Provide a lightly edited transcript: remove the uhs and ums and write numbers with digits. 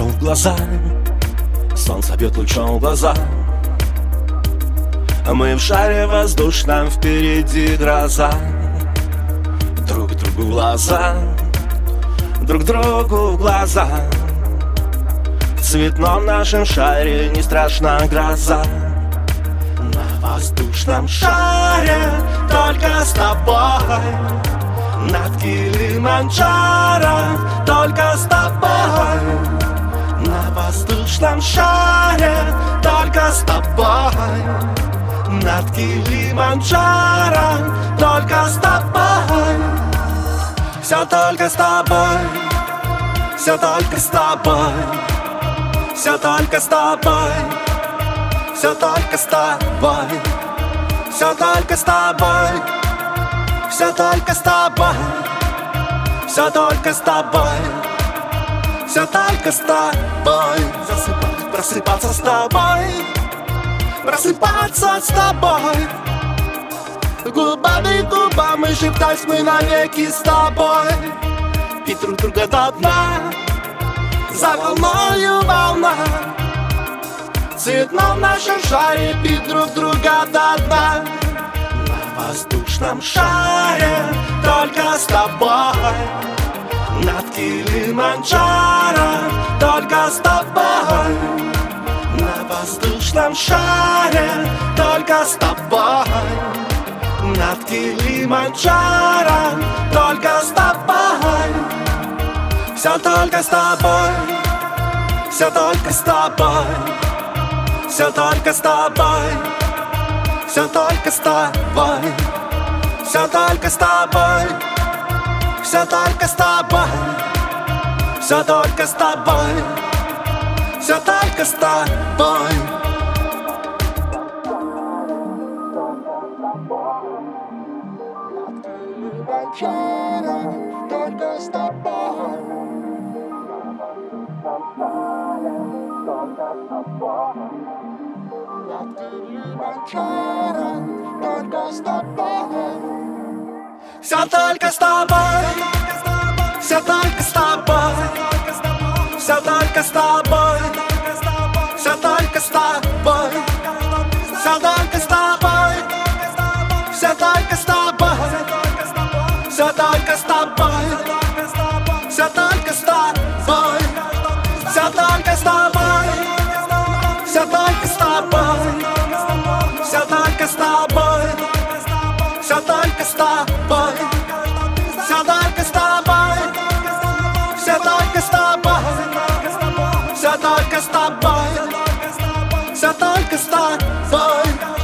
лучом в глаза, солнце бьет лучом в глаза, а мы в шаре воздушном, впереди гроза. Друг другу в глаза, друг другу в глаза. В цветном нашем шаре не страшна гроза. На воздушном шаре только с тобой, над Килиманджаро только с тобой. На воздушном шаре только с тобой, над Килиманджаро только с тобой. Все только с тобой, все только с тобой, все только с тобой, все только с тобой, все только с тобой, все только с тобой, все только с тобой, все только с тобой. Засыпать, просыпаться с тобой, просыпаться с тобой. Губами к губам и шептать мы навеки с тобой. Пить друг друга до дна, за волною волна. В цветном нашем шаре пить друг друга до дна. На воздушном шаре только с тобой, над Килиманджаро только с тобой. На воздушном шаре только с тобой, над Килиманджаро только с тобой. Все только с тобой, все только с тобой, все только с тобой, все только с тобой, все только с тобой, все только с тобой, все только с тобой, все только с тобой. Только с тобой, только с тобой. Все только с тобой, все только с тобой, все только с тобой, все только с тобой, все только с тобой, все только с тобой, все только с тобой, все только с тобой, все только с тобой, все только с тобой, все только с тобой, все только с тобой, все только с тобой, все только с тобой, все только с тобой, все только с тобой.